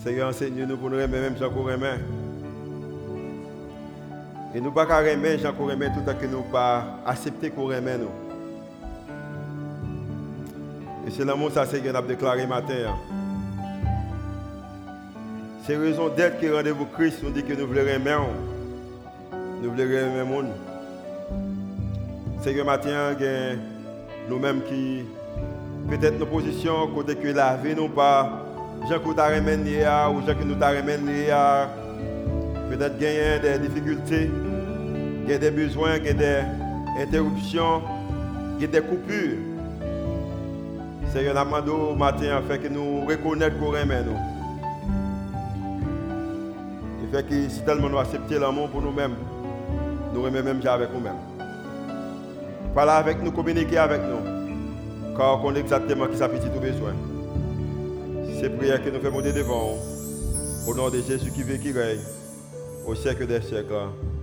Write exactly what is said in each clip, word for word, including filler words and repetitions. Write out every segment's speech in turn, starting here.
Seigneur, enseigne-nous pour nous remettre même Jean Corémin. Et nous ne pouvons pas remettre Jean Corémin tout en que nous ne pas accepter Corémin nous. Et c'est l'amour ça Seigneur a déclaré matin. C'est raison d'être que rendez-vous Christ nous dit que nous voulons remettre. Nous voulons remettre le monde. Seigneur matin, nous-mêmes qui peut-être nos positions côté que la vie nous pas gens que nous avons ou gens que nous avons peut-être gagner des difficultés, des besoins, des interruptions, des coupures. Seigneur, nous demandons matin afin que nous reconnaissions qu'on remet nous. Et fait que si tellement nous acceptons l'amour pour nous-mêmes, nous remettons même avec nous-mêmes. Parlez avec nous, communiquez avec nous, car on connaît exactement qui s'appelle tout besoin. C'est prière que nous faisons monter devant, au nom de Jésus qui vit, qui règne, au siècle des siècles.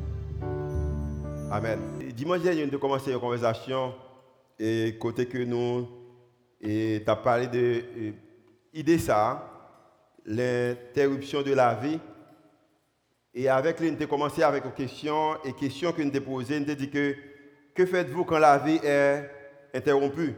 Amen. Dimanche dernier, nous avons commencé une conversation, et côté que nous et tu as parlé de l'idée ça, l'interruption de la vie. Et avec lui, nous avons commencé avec une question, et question que nous avons posée, nous avons dit que que faites-vous quand la vie est interrompue?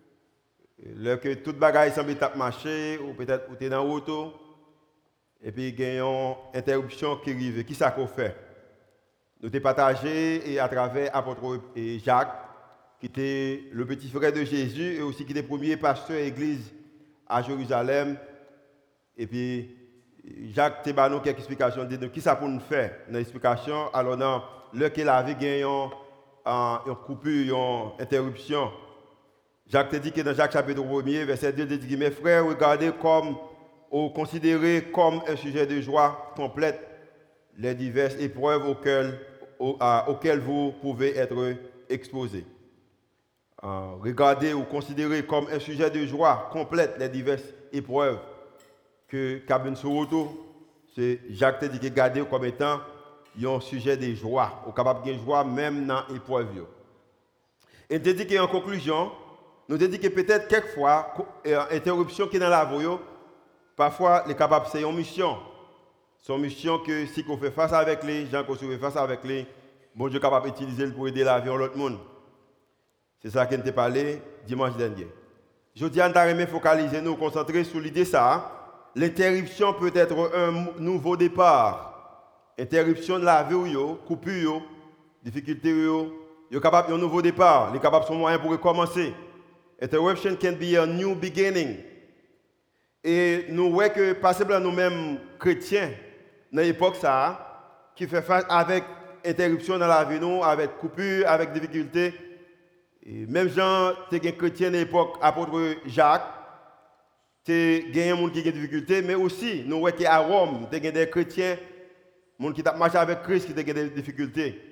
Lorsque toute bagaille semble marcher, ou peut-être vous êtes dans l'auto, et puis il y a une interruption qui arrive. Qui ça qu'on fait? Nous avons partagé et à travers l'apôtre Jacques, qui était le petit frère de Jésus, et aussi qui était le premier pasteur de l'église à Jérusalem. Et puis Jacques t'a donné quelques explications, dit qui ça pour nous faire? Une explication, alors non, lorsque la vie gagne une coupure, une interruption. Jacques te dit que dans Jacques chapitre un, verset deux, il dit mes frères, regardez comme ou considérez comme un sujet de joie complète les diverses épreuves auxquelles, auxquelles vous pouvez être exposés. Euh, regardez ou considérez comme un sujet de joie complète les diverses épreuves que Cabine Soroto, c'est Jacques te dit que regardez comme étant un sujet de joie, ou capable de joie même dans l'épreuve. Et il te dit qu'en conclusion, nous te dit que peut-être quelquefois, interruption qui est dans la voie, parfois les capables c'est une mission. C'est une mission que si on fait face avec les gens qu'on fait face avec les, bon Dieu est capable d'utiliser pour aider la vie de l'autre monde. C'est ça qu'on t'a parlé dimanche dernier. Je dis à nous focaliser, nous concentrer sur l'idée ça. L'interruption peut être un nouveau départ. Interruption de la vie, coupure, difficulté, il est capable d'un nouveau départ. Il est capable de son moyen pour recommencer. Interruption can be a new beginning. Et nous voyons que, par exemple, nous-mêmes chrétiens, dans l'époque ça, qui fait face avec interruption dans la vie, nous, avec coupure, avec difficulté. Et même Jean, tu es un chrétien de l'époque, apôtre Jacques, tu es un monde qui a des difficultés, mais aussi, nous voyons qu'à Rome, tu es des chrétiens, monde qui a marché avec Christ, qui a des difficultés.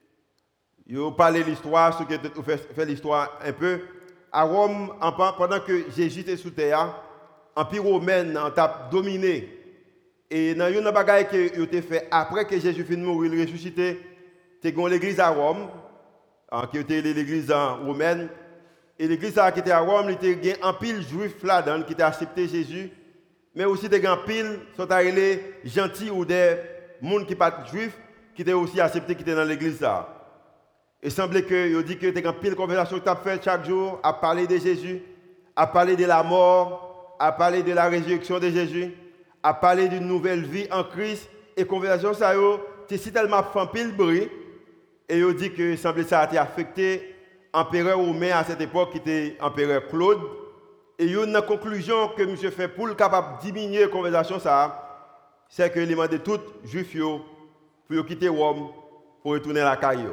Ils ont parlé de l'histoire, ceux qui ont fait l'histoire un peu. À Rome, pendant que Jésus était sous terre, l'Empire romain a dominé. Et dans une bagaille qui a été fait après que Jésus finit de mourir, il ressuscité, tu as l'église à Rome, qui était l'église romaine. Et l'église qui était à Rome, il y a un pile juif là-dedans qui a accepté Jésus. Mais aussi des gens pile sont arrivés gentils ou des gens qui ne sont pas juifs qui ont aussi accepté qui étaient dans l'église là. Il semblait que il dit que des gens pile conversation que tu as fait chaque jour à parler de Jésus, à parler de la mort, à parler de la résurrection de Jésus, à parler d'une nouvelle vie en Christ. Et conversation ça c'est si tellement fait pile bruit. Et il dit que semblait ça a été affecté l'empereur romain à cette époque qui était l'empereur Claude. Et il y a une conclusion que monsieur fait pour le capable de diminuer la conversation ça, c'est que il demande tout juif pour quitter Rome pour retourner à la caille.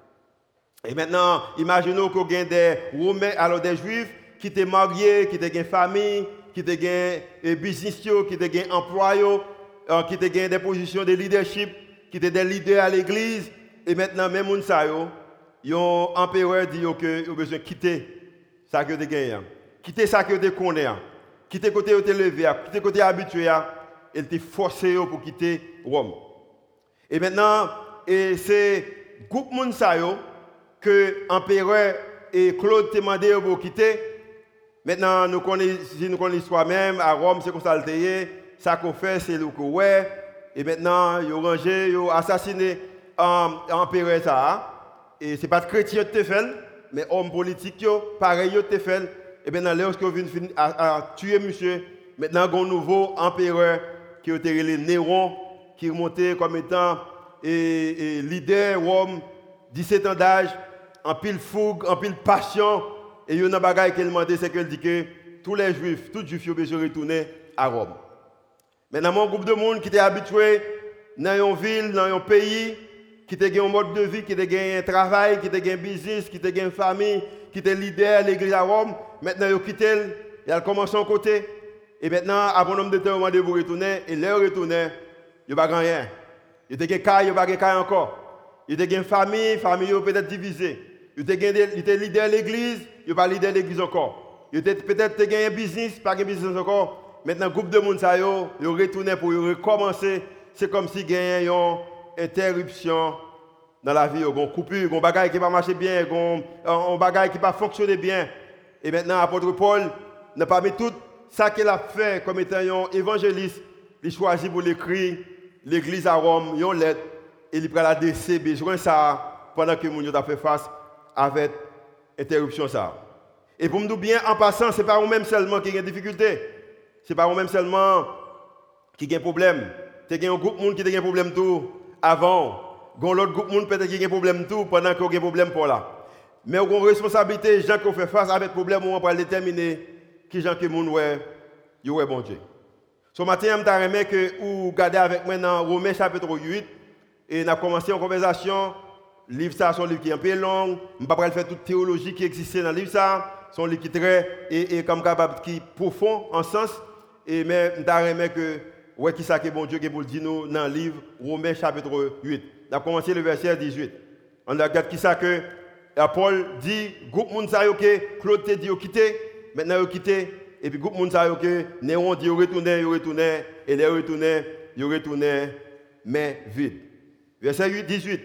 Et maintenant, imaginons qu'il y a des Romains, alors des Juifs qui étaient mariés, qui étaient une famille, qui étaient des business, qui étaient des employés, qui étaient des positions de leadership, qui étaient des leaders à l'église. Et maintenant, même les gens, l'empereur dit qu'ils ont besoin de quitter ça que vous avez. Quitter ça que vous connaissez. Quitter côté où vous êtes levé, quitter côté habitué. Et ils forcé pour quitter Rome. Et maintenant, et c'est le groupe de gens que l'empereur et Claude t'ont demandé pour quitter. Maintenant, nous connaissons, si nous connaissons l'histoire même, à Rome, c'est comme ça le ça qu'on fait, c'est le ouais. Et maintenant, ils ont rangé, ils ont assassiné l'empereur ça. Et ce n'est pas de chrétien qui fait, mais homme politique, pareil, qui fait. Et bien, lorsque vous venez à tuer monsieur, maintenant, il y a un nouveau empereur qui a été le Néron, qui est monté comme étant et, et leader Rome, dix-sept ans d'âge, en pile fougue, en pile passion. Et il y a une bagaille qui demande, c'est qu'elle dit que tous les juifs, tous les juifs ont besoin de retourner à Rome. Maintenant, un groupe de monde qui était habitué dans une ville, dans un pays, qui a un mode de vie, qui a un travail, qui a un business, qui a une famille, qui est leader de l'église à Rome, maintenant ils ont quitté, ils commencent à côté. Et maintenant, après un nombre de temps, ils demandent de retourner, et leur retourner, ils n'ont pas rien. Ils ont un cas, ils n'ont pas de cas encore. Ils ont une famille, la famille est peut-être divisée. Ils étaient leader de l'église, ils n'ont pas leader de l'église encore. Ils ont peut-être un business, pas un business encore. Maintenant, le groupe de monde, ils ont retourné pour recommencer. C'est comme si il y a une interruption dans la vie, une coupure, un bagage qui ne marche pas bien, un bagage qui ne fonctionne bien. Et maintenant, l'apôtre Paul n'a pas mis tout ça qu'il a fait comme étant un évangéliste. Il choisit pour l'écrire l'église à Rome, une lettre, et il prend la D C, besoin ça pendant que nous avons fait face avec l'interruption. Et pour me dire bien, en passant, ce n'est pas nous-mêmes seulement qui avons des difficultés. Ce n'est pas nous-mêmes seulement qui avons des problèmes. Il y a un groupe de monde qui a des problèmes tout avant. Il y a l'autre groupe de monde peut-être qui a des problèmes tout pendant qu'il y a des problèmes pour là. Mais on a une responsabilité, les gens qui ont fait face avec des problèmes, on va déterminer qui gens qui ont fait bon Dieu. Ce matin, je me remis que vous regardez avec moi dans Romains chapitre huit et on a commencé une conversation. Le livre, c'est un livre qui est un peu long. Je ne vais pas faire toute théologie qui existe dans le livre. C'est un livre qui est très et, et comme capable, qui est profond en sens. Et mais je me remis que ouais, qui ça que bon Dieu qui pour dire nous dans le livre Romains chapitre huit. On a commencé le verset dix-huit. On regarde qui ça que Paul dit, groupe monde ça que Claude te dit quitter, maintenant il quitté et puis groupe monde ça que Néron dit retourner, il retourner et les retourner, il retourner mais vide. Verset huit, dix-huit.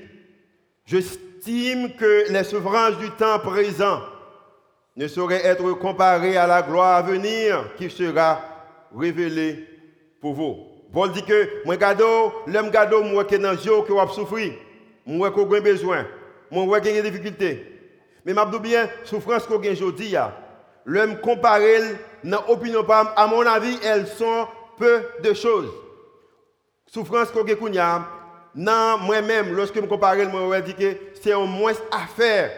J'estime que les souffrances du temps présent ne sauraient être comparées à la gloire à venir qui sera révélée pour vous. Paul dit que moi gado, l'homme gado moi qui dans yo que va souffrir, moi qui a besoin, moi qui a des difficultés. Mais m'a bien souffrance qu'on gagne aujourd'hui a, l'homme comparé dans opinion pas à mon avis, elles sont peu de choses. Souffrance qu'on gagne a, non moi-même lorsque me comparer moi dit que c'est un moins à faire.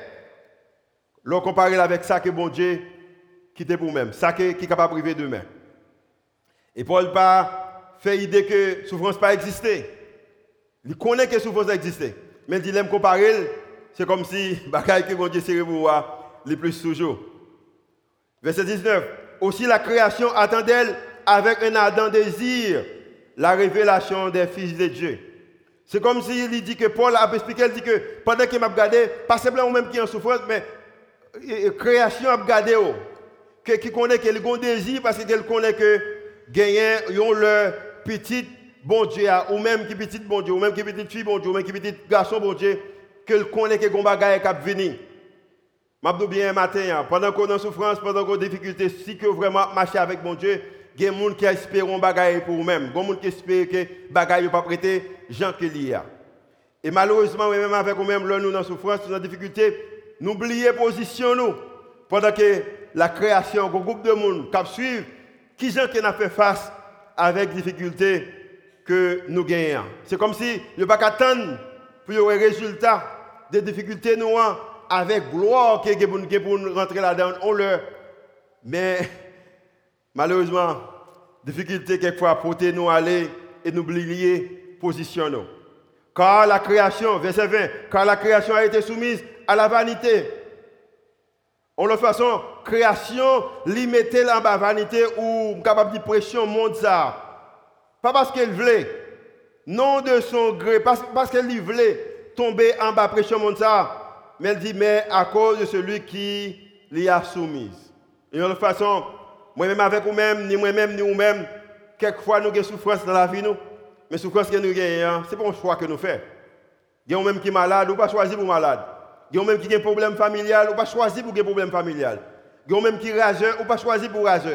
Le comparer avec ça que bon Dieu qui était pour même, ça qui est capable de priver demain. Et Paul pas fait idée que souffrance pas existait. Il connaît que souffrance existait. Mais il aime comparer, c'est comme si bagaille que bon Dieu serait pour les plus toujours. Verset dix-neuf. Aussi la création attend-elle avec un ardent désir la révélation des fils de Dieu. C'est comme s'il si dit que Paul a expliqué, il dit que pendant qu'il m'a regardé, pas simplement même qui est en souffrance, mais la création a regardé, qui connaît qu'il a un désir parce qu'il connaît que gagner leur petite bon Dieu, ou même qui petite bon Dieu, ou même qui petite fille bon Dieu, ou même qui petit garçon bon Dieu, qu'elle connaît que gon bagaille cap venir. M'a dit bien matin, pendant qu'on est en souffrance, pendant qu'on a des difficultés, si que vraiment marcher avec bon Dieu, il y a des gens qui espèrent un bagaille pour eux-mêmes, il y a des gens qui espèrent que bagaille pas prêter gens que il y a. Et malheureusement, même avec nous-mêmes, là nous dans souffrance, nous dans difficulté, nous oublions position nous pendant que la création, un groupe de monde qui suivent, qui gens qui n'a fait face avec difficulté que nous gagnons. C'est comme si il n'y a pas qu'attendre pour le résultat des difficultés nous avec gloire qui est pour nous rentrer là-dedans. On le mais malheureusement, difficulté quelquefois porter nous aller et nous oublier position nous. Car la création, verset vingt, car la création a été soumise à la vanité. En l'autre façon, création, limiter la vanité ou capable de pression monde ça. Pas parce qu'elle voulait, non de son gré, pas parce qu'elle voulait tomber en bas pression monde ça, mais elle dit mais à cause de celui qui l'y a soumise. Et en l'autre façon, moi-même avec vous-même, ni moi-même, ni vous-même, quelquefois nous avons souffrance dans la vie nous, mais souffrance que nous gagnons, ce n'est pas un choix que nous faisons. Il y a même qui est malade, ou pas choisir pour malade. Il y a même qui a un problème familial, ou pas choisir pour un problème familial. Il y a même qui est rageur, ou pas choisir pour rageur.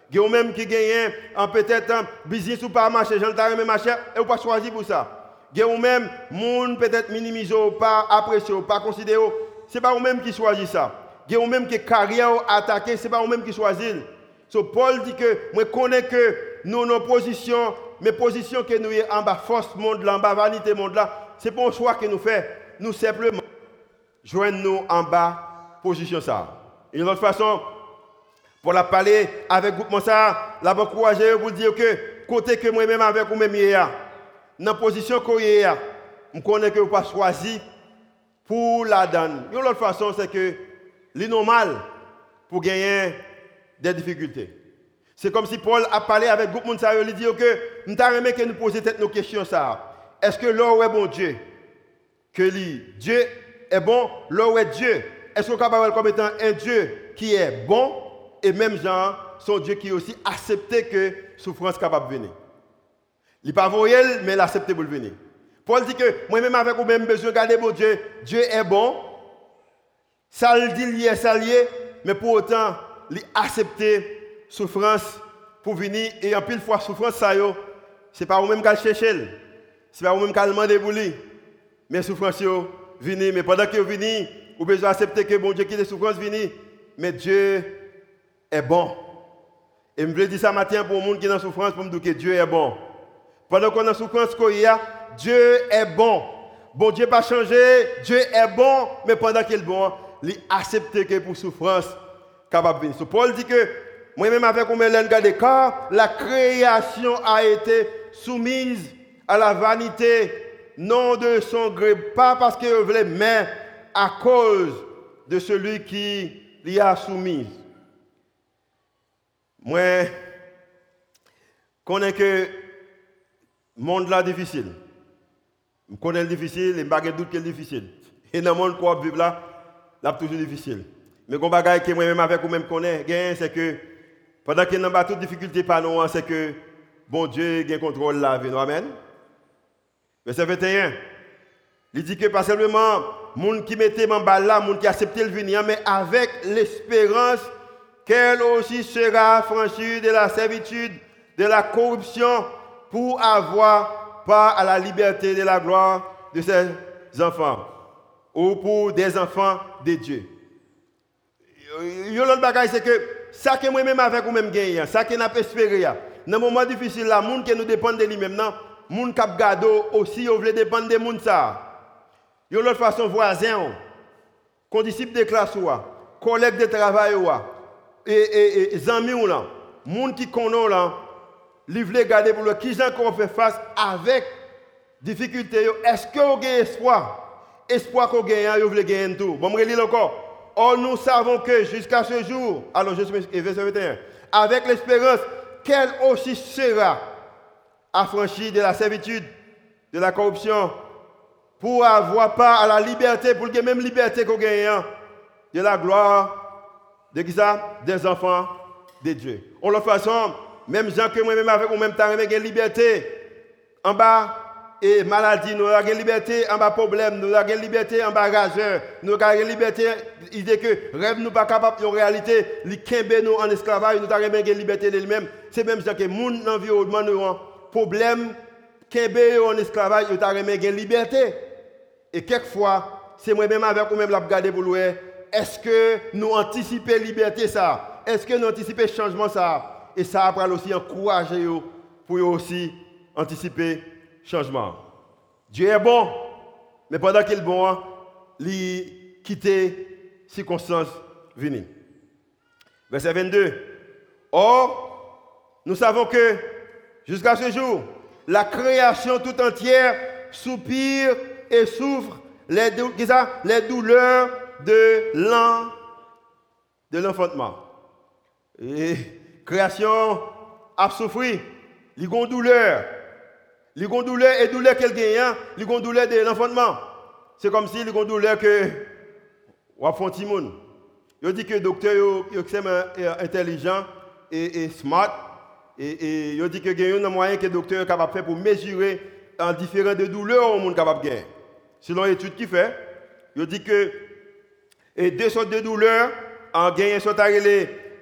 Il y a même qui gagnent peut-être un business ou pas marché, j'en ai même marché, et vous pas choisi pour ça. Il y a même monde peut-être minimisé ou pas apprécié ou pas considéré, c'est pas vous même qui choisit ça. Il y a même qui carrière attaquée, c'est pas vous même qui choisit. So Paul dit que moi connais que nous nos positions, mes positions que nous en bas force monde là, en bas vanité monde là, c'est pas un choix que nous faisons. Nous simplement joignons nous en bas position ça. Et d'une autre façon, pour la parler avec groupe ça, la bonne courage pour dire que côté que moi-même avec vous même hier, dans la position que hier, je connais que vous pas choisi pour la donne. Une autre façon, c'est que c'est normal pour gagner des difficultés. C'est comme si Paul a parlé avec groupe monde ça, il dit que nous avons aimé que nous poser nos questions ça. Est-ce que l'eau est bon Dieu? Que lui, Dieu est bon, l'eau est Dieu. Est-ce qu'on est capable comme étant un Dieu qui est bon et même genre son Dieu qui est aussi accepté que souffrance capable de venir. Il n'est pas voyé, mais il accepté pour venir. Paul dit que moi-même avec vous même besoin de garder mon Dieu, Dieu est bon. Ça le dit lié, ça lié, mais pour autant, il accepté souffrance pour venir et en pile fois souffrance ça yo, c'est pas vous-même qui chercher, c'est pas vous-même qui demander pour lui. Mais souffrance yo venir, mais pendant que venir, vous besoin accepter que bon Dieu qui les souffrances venir, mais Dieu est bon. Et je veux dire ça matin pour le monde qui est en souffrance pour me dire que Dieu est bon. Pendant qu'on est en souffrance, Dieu est bon. Bon Dieu pas changé, Dieu est bon, mais pendant qu'il est bon, il accepte que pour souffrance capable de venir. So Paul dit que moi-même avec vous regardez car la création a été soumise à la vanité, non de son gré, pas parce qu'elle voulait, mais à cause de celui qui l'y a soumise. Moi, je connais que le monde là difficile. Je connais le difficile et je n'ai pas de doute que c'est difficile. Et dans le monde qu'on vit là, c'est toujours difficile. Mais ce bagage que moi-même avec vous-même connais, c'est que pendant qu'il n'y a pas toute difficulté par nous, c'est que bon Dieu a le contrôle de la vie. Amen. Verset vingt et un. Il dit que pas simplement les gens qui mettaient en bas là, les gens qui acceptaient le venir, mais avec l'espérance qu'elle aussi sera franchie de la servitude, de la corruption, pour avoir part à la liberté de la gloire de ses enfants, ou pour des enfants de Dieu. L'autre bagage, c'est que ça que moi-même avec vous-même gagne, ça que nous avons espéré, dans un moment difficile, les gens qui nous dépendent de lui-même, les gens qui ont gardé aussi, ils veulent dépendre de gens. Il y a l'autre façon, voisin, condisciples de classe, collègues de travail, et, et, et amis, les gens qui connaissent, ils veulent garder pour eux, qui ont encore fait face avec difficulté. Est-ce que vous avez espoir? Espoir qu'on gagne, vous voulez gagner tout. Bon, je vais lire encore. Or, nous savons que jusqu'à ce jour, alors je suis verset vingt et un, avec l'espérance qu'elle aussi sera affranchie de la servitude, de la corruption, pour avoir part à la liberté, pour que même liberté qu'on gagne, de la gloire, de qui ça? Des enfants de Dieu. En l'autre façon, même gens que moi-même avec ou même temps, avec une liberté, en bas, et maladie, nous avons une liberté en bas problème, nous avons une liberté en bas rageur, nous avons une liberté, idée que rêve nous pas capable en réalité, les kembe nous en esclavage, nous avons une liberté de lui-même. C'est même ça que mon environnement nous a problème, kembe en esclavage, nous avons une liberté. Et quelquefois, c'est moi-même avec vous même la regarder pour lui, est-ce que nous anticipons la liberté ça? Est-ce que nous anticipons le changement ça? Et ça va aussi encourager pour aussi anticiper changement. Dieu est bon, mais pendant qu'il est bon, il quitte les circonstances venues. Verset vingt-deux. Or, nous savons que jusqu'à ce jour, la création tout entière soupire et souffre les, dou- les douleurs de l'en, de l'enfantement. Et création a souffert, il y a une douleur. Il y a une douleur et douleur qu'elle gagne, il y a une douleur de l'enfantement. C'est comme si il y a une douleur que on fait un petit monde. Il dit que le docteur est intelligent et, et smart. Et il dit que il y a un moyen que le docteur est capable de faire pour mesurer en différents de douleurs au monde capable de gagner. Selon l'étude qu'il fait, il dit que et deux sortes de douleurs en gagnant sont arrivées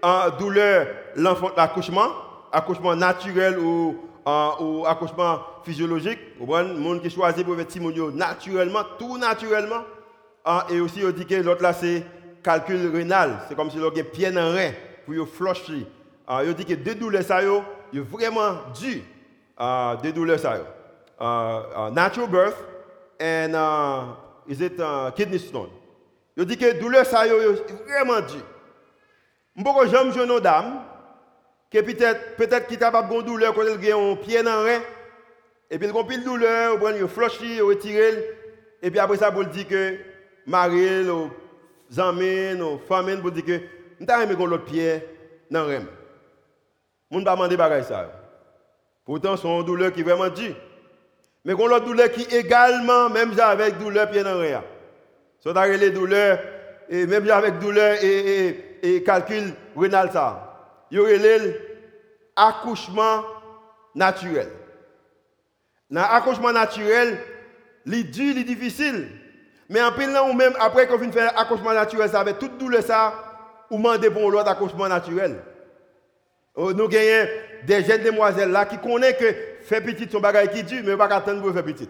en douleur l'enfant l'accouchement, accouchement naturel ou, euh, ou accouchement physiologique. Vous voyez, le monde qui choisit pour faire petit naturellement, tout naturellement. Euh, et aussi, on dit que l'autre là, c'est calcul rénal. C'est comme si on a un pied dans le rein pour le flusher. Euh, on dit que deux douleurs, ça, sont vraiment dû. Uh, deux douleurs ça uh, uh, natural birth and uh, is it uh, kidney stone. Je dis que douleur ça est vraiment dû. M'poko jamais jeune dame que peut-être peut-être qui capable de douleur quand elle a un pied dans le rein et puis elle a pile douleur, ou prend le flushy, ou retirer et puis après ça pour dire que mari ou amis ou famille pour dire que m'ta aimé l'autre pied dans le rein. Moun pas demander bagay ça. Pourtant, c'est une douleur qui est vraiment dure. Mais qu'on a une douleur qui également, même avec douleur, pied dans rien. Si on a les douleurs, et même avec douleur et, et, et calcul rénal, ça. Il y aurait l'accouchement naturel. Dans l'accouchement naturel, il dur, il difficile. Mais en plus, là, ou même après qu'on finit de faire l'accouchement naturel, ça avec toute douleur, ça, ou demander pour l'autre accouchement naturel. Nous avons des jeunes demoiselles là qui connaissent que faire petit son bagage qui dure, mais ils ne peuvent pas attendre pour faire petit.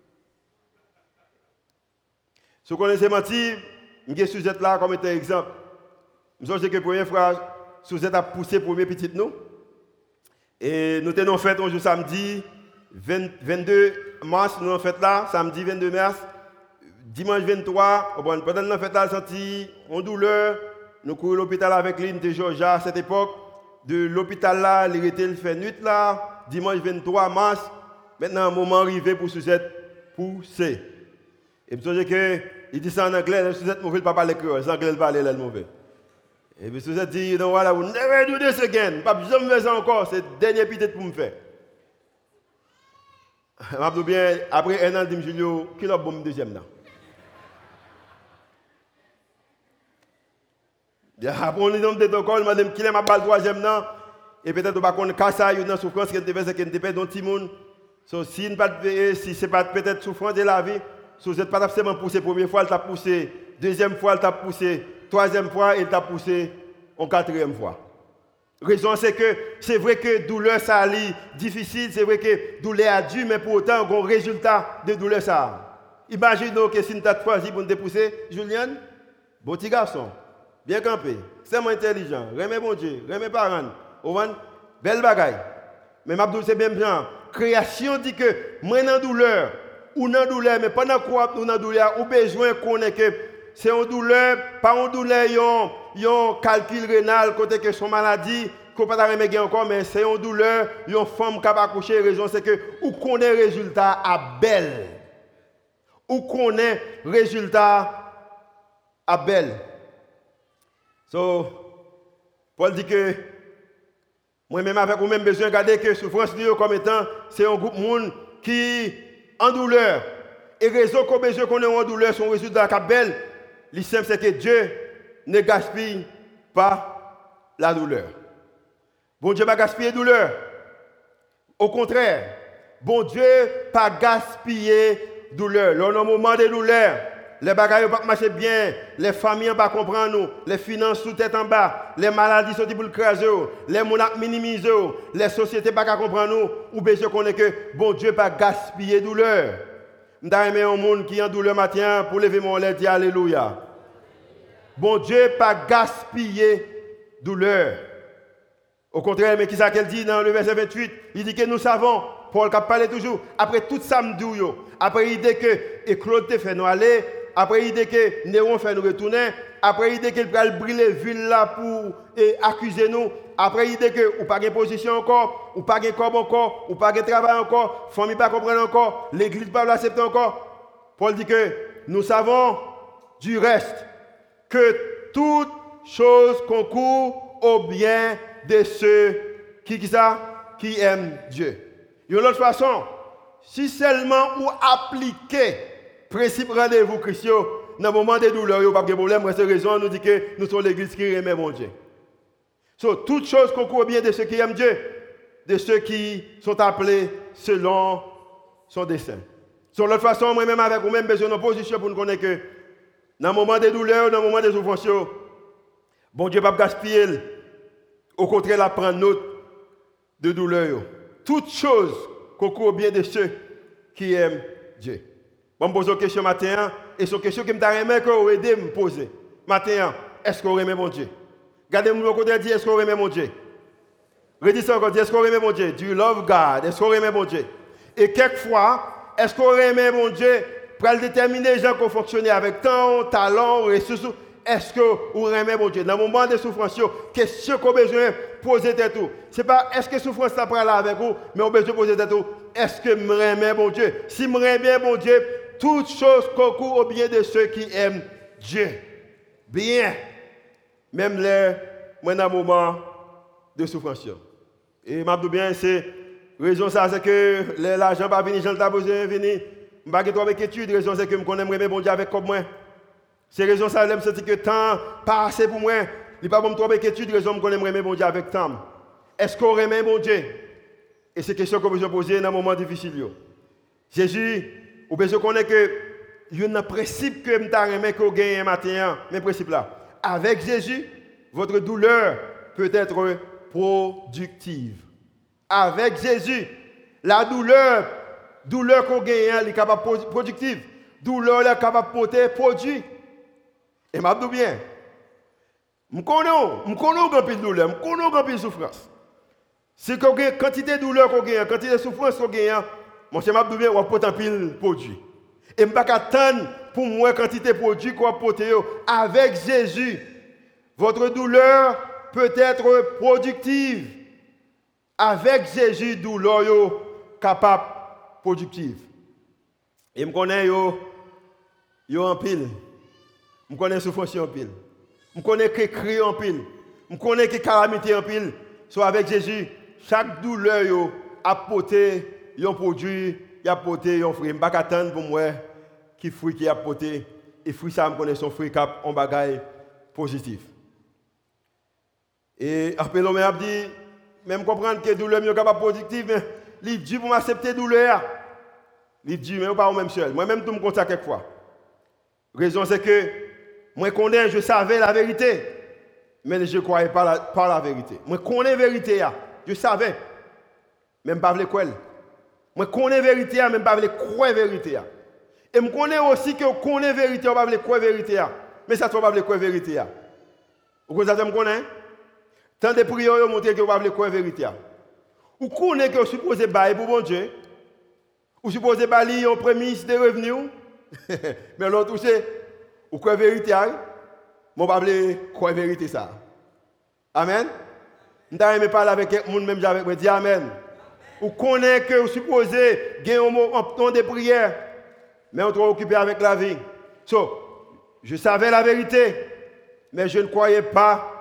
Si vous connaissez menti, je vais Suzette là comme exemple. Je pense que la première fois, Suzette a poussé pour mes petites nous. Et nous avons fait un jour samedi, vingt-deux mars, nous avons fait là, samedi vingt-deux mars, dimanche vingt-trois, pendant que nous avons fait là, nous avons senti une douleur. Nous courons à l'hôpital avec l'île de Georgia à cette époque. De l'hôpital là, il était fait nuit là, dimanche vingt-trois mars. Maintenant, moment arrivé pour Suzette pousser. Et puis, je que il dit ça en anglais, Suzette mauvais pas parler créole, c'est anglais parler là mauvais. Et puis Suzette dit, non voilà, we never do this again. Pas jamais faire ça encore, c'est le dernier petit pour me faire. Je dis bien, après un an, je dis Julio, qui l'a bon deuxième là? Après, on est dans le encore, je dis, qui l'a mal troisième là? Et peut-être on va connaître Kassa, il y a une souffrance qui est fait, qui est fait dans le petit monde. So, si ce n'est pas peut-être souffrance de la vie, si vous n'êtes pas seulement poussé la première fois, elle t'a poussé, deuxième fois, elle t'a poussé, troisième fois, elle t'a poussé, en quatrième fois. La raison, c'est que c'est vrai que douleur, ça est difficile, c'est vrai que douleur a dû, mais pour autant, il y a un résultat de douleur, ça. Imaginez que si nous avons choisi pour nous pousser, Julien, bon petit garçon, bien campé, extrêmement intelligent, remet bon Dieu, remet parents, belle bagaille. Mais Mabdou, c'est bien bien. Création dit que moi dans douleur ou dans douleur mais pendant quoi nous dans douleur ou besoin connaît que c'est une douleur pas une douleur yon yon calcul rénal côté que son maladie qu'on pas remettre encore mais c'est une douleur yon femme capable accoucher raison c'est que ou connaît résultat à belle ou connaît résultat à belle. So Paul dit que moi-même, avec vous-même, besoin de regarder que souffrance comme étant, c'est un groupe de monde qui en douleur. Et raison qu'on besoin qu'on est en douleur, son résultat est belle. Le simple, c'est que Dieu ne gaspille pas la douleur. Bon Dieu ne va pas gaspiller la douleur. Au contraire, bon Dieu ne va pas gaspiller la douleur. Lors d'un moment de douleur, les bagages ne vont pas marcher bien, les familles ne vont pas comprendre nous, les finances sous tête en bas, les maladies sont pour le craser, les monarques minimisés, les sociétés ne vont pas comprendre nous, ou bien je connais que bon Dieu ne va pas gaspiller douleur. Nous avons aimé un monde qui est en douleur matin pour lever mon lait et dire Alléluia. Bon Dieu ne va pas gaspiller douleur. Au contraire, mais qui ça qu'elle dit dans le verset vingt-huit, il dit que nous savons, Paul qui parle toujours, après tout ça, après l'idée que Claude te fait nous aller, après l'idée que Néron fait nous retourner, après l'idée qu'il va brûler ville là pour et, accuser nous, après l'idée que ou pas de position encore, ou pas de corps encore, ou pas de travail encore, famille pas comprendre encore, l'église pas l'accepter encore. Paul dit que nous savons du reste que toute chose concourt au bien de ceux qui, qui, ça, qui aiment Dieu. De l'autre façon, si seulement vous appliquez le principe rendez-vous Christ dans le moment des douleurs, il n'y a pas de problème. Pour cette raison, nous dit que nous sommes l'église qui aime mon Dieu. So, toutes choses concourent bien de ceux qui aiment Dieu, de ceux qui sont appelés selon son dessein. De l'autre façon, moi-même avec vous-même, besoin de position pour nous connaître que dans le moment des douleurs, dans le moment des souffrances, bon Dieu ne va pas gaspiller Au contraire, la prend note de douleur. Toutes choses concourent bien de ceux qui aiment Dieu. Je me pose une question matin, et c'est une question que je me que vous aidez à me poser. Matin, est-ce que vous aimez mon Dieu? Regardez-moi côté et dites, est-ce que vous aimez mon Dieu? Redis ça encore, est-ce que vous aimez mon Dieu? Do you love God? Est-ce que vous aimez mon Dieu? Et quelquefois, est-ce que vous aimez mon Dieu? Pour déterminer les gens qui fonctionnent avec temps, talent, ressources, est-ce que vous aimez mon Dieu? Dans le moment de souffrance, question qu'on a besoin de poser tête tout. Ce n'est pas est-ce que souffrance est là avec vous, mais on a besoin de poser tête tout. Est-ce que je aime mon Dieu? Si je aime mon Dieu, toutes choses concourent au bien de ceux qui aiment Dieu. Bien. Même les, moi, dans le moment de souffrance. Et je dis bien, c'est raison ça, c'est que l'argent va venir, j'en ai besoin de venir. Je ne vais pas avec études, raison c'est que je connais mon Dieu avec comme moi. C'est raison ça, je me sens que le temps passe pour moi. Il ne va pas me tromper avec études, raison je connais mon Dieu avec temps. Est-ce qu'on aime mon Dieu? Et c'est une question que je vais poser dans un moment difficile. Jésus, vous besoin connaître que il y a un principe que je vais que vous gagnez matin, mais principe là. Avec Jésus, votre douleur peut être productive. Avec Jésus, la douleur, douleur qu'on gagne, est capable de productive. Douleur est capable de porter produit. Et je dis bien, je connais, je connais un peu de douleur, je connais un peu de souffrance. Si vous avez une quantité de douleur qu'on gagne, une quantité de souffrance qu'on gagne, mon cher Mabdou bien, on va porter un peu de produit. Et je ne peux pas attendre pour moi quantité de produits qu'on va porter. Avec Jésus, votre douleur peut être productive. Avec Jésus, douleur est capable productive. Et je connais yo, yo en pile. Je connais souffrance en pile. Je connais que cri en pile. Je connais que calamité en pile. Soit avec Jésus, chaque douleur yo a porté un produit, il a porté un fruit. Je ne peux pas attendre pour moi qui fruit qui a porté. Et fruit ça, je connais son fruit qui a un bagage positif. Et après, l'homme a dit, même comprendre que la douleur n'est pas positive, mais il dit pour m'accepter la douleur. Il dit, mais je ne pas même seul. Moi-même, tout me compte ça quelquefois. La raison, c'est que moi, connais, je savais la vérité, mais je ne croyais pas la, pas la vérité. Moi, connais la vérité, je savais, même pas le croire. Moi, connais la vérité, même pas le croire la vérité. Et je connais aussi que je connais la vérité, je ne pas le croire la vérité. Mais ça, tu ne pas le croire la vérité. Vous connaissez me connaît? Tant de prières ont montré que vous ne pas le croire la vérité. Vous connaissez que vous supposez bailler pour bon Dieu. Vous supposez bailler en prémisse de revenus. Mais l'autre, c'est, vous croyez la vérité. Je ne pas le croire la vérité. Ça. Amen. Je ne vais parler avec quelqu'un, même avec moi, dis Amen. Vous connaissez que vous supposez gagner un temps de prière. Mais on est trop occupé avec la vie. So, je savais la vérité, mais je ne croyais pas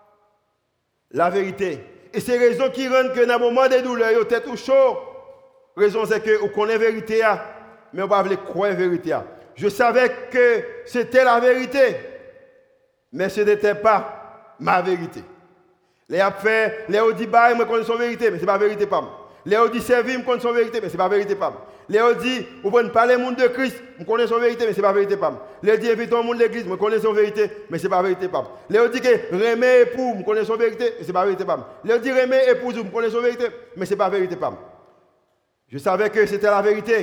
la vérité. Et c'est la raison qui rend que dans le moment des douleurs, vous êtes tout chaud. La raison c'est que vous connaissez la vérité, mais vous ne pouvez pas croire la vérité. Je savais que c'était la vérité, mais ce n'était pas ma vérité. Les fait, les dit bah, moi connais son vérité, mais ce n'est pas la vérité pas. Les dit servir, moi connais son vérité, mais ce n'est pas la vérité pas. Les dit, vous pouvez parler au monde de Christ, je connais son vérité, mais ce n'est pas la vérité pas. Les dit, invitez au monde de l'église, je connais son vérité, mais ce n'est pas la vérité pas. Les dit que remet époux, je connais son vérité, mais ce n'est pas la vérité pas. Les dit remet épouse, je connais son vérité, mais ce n'est pas la vérité pas. Je savais que c'était la vérité,